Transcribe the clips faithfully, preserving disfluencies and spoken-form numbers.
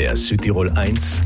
Der Südtirol eins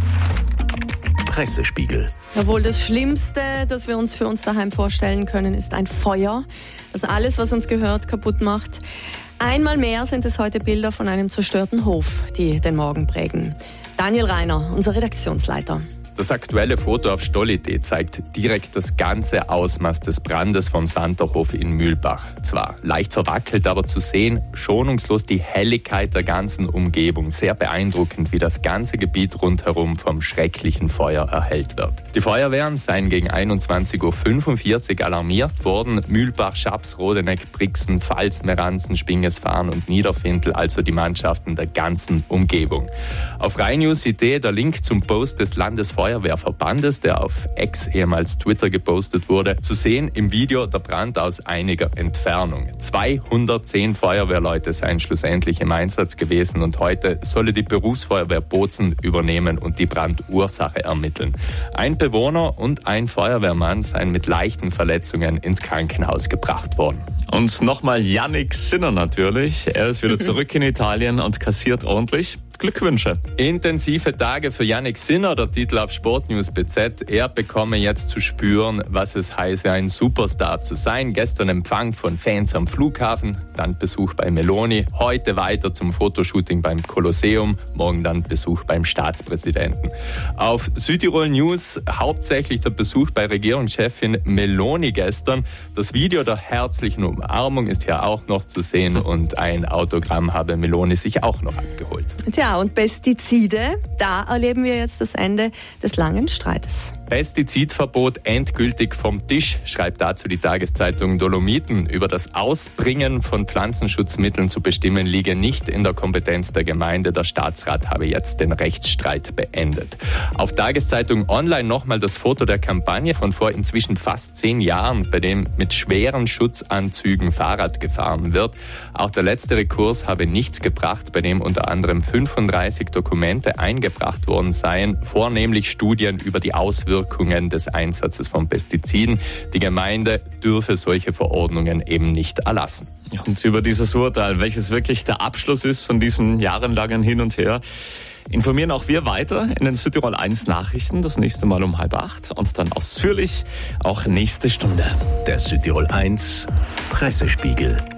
Pressespiegel. Jawohl, das Schlimmste, das wir uns für uns daheim vorstellen können, ist ein Feuer, das alles, was uns gehört, kaputt macht. Einmal mehr sind es heute Bilder von einem zerstörten Hof, die den Morgen prägen. Daniel Reiner, unser Redaktionsleiter. Das aktuelle Foto auf Stolli.de zeigt direkt das ganze Ausmaß des Brandes vom Santerhof in Mühlbach. Zwar leicht verwackelt, aber zu sehen, schonungslos die Helligkeit der ganzen Umgebung. Sehr beeindruckend, wie das ganze Gebiet rundherum vom schrecklichen Feuer erhellt wird. Die Feuerwehren seien gegen einundzwanzig Uhr fünfundvierzig alarmiert worden. Mühlbach, Schaps, Rodeneck, Brixen, Pfalz, Meranzen, Spingesfahren und Niederfintel, also die Mannschaften der ganzen Umgebung. Auf rheinnews punkt it der Link zum Post des Landesfeuerwehrverbandes Feuerwehrverbandes, der auf X, ehemals Twitter, gepostet wurde. Zu sehen im Video der Brand aus einiger Entfernung. zweihundertzehn Feuerwehrleute seien schlussendlich im Einsatz gewesen und heute solle die Berufsfeuerwehr Bozen übernehmen und die Brandursache ermitteln. Ein Bewohner und ein Feuerwehrmann seien mit leichten Verletzungen ins Krankenhaus gebracht worden. Und nochmal Jannik Sinner natürlich. Er ist wieder zurück in Italien und kassiert ordentlich. Glückwünsche. Intensive Tage für Jannik Sinner, der Titel auf Sportnews B Z. Er bekomme jetzt zu spüren, was es heiße, ein Superstar zu sein. Gestern Empfang von Fans am Flughafen, dann Besuch bei Meloni, heute weiter zum Fotoshooting beim Kolosseum, morgen dann Besuch beim Staatspräsidenten. Auf Südtirol News hauptsächlich der Besuch bei Regierungschefin Meloni gestern. Das Video der herzlichen Umarmung ist hier auch noch zu sehen und ein Autogramm habe Meloni sich auch noch abgeholt. Tja, und Pestizide, da erleben wir jetzt das Ende des langen Streites. Pestizidverbot endgültig vom Tisch, schreibt dazu die Tageszeitung Dolomiten. Über das Ausbringen von Pflanzenschutzmitteln zu bestimmen liege nicht in der Kompetenz der Gemeinde. Der Staatsrat habe jetzt den Rechtsstreit beendet. Auf Tageszeitung Online nochmal das Foto der Kampagne von vor inzwischen fast zehn Jahren, bei dem mit schweren Schutzanzügen Fahrrad gefahren wird. Auch der letzte Rekurs habe nichts gebracht, bei dem unter anderem fünfunddreißig Dokumente eingebracht worden seien, vornehmlich Studien über die Auswirkungen des Einsatzes von Pestiziden. Die Gemeinde dürfe solche Verordnungen eben nicht erlassen. Und über dieses Urteil, welches wirklich der Abschluss ist von diesem jahrelangen Hin und Her, informieren auch wir weiter in den Südtirol eins Nachrichten, das nächste Mal um halb acht und dann ausführlich auch nächste Stunde. Der Südtirol eins Pressespiegel.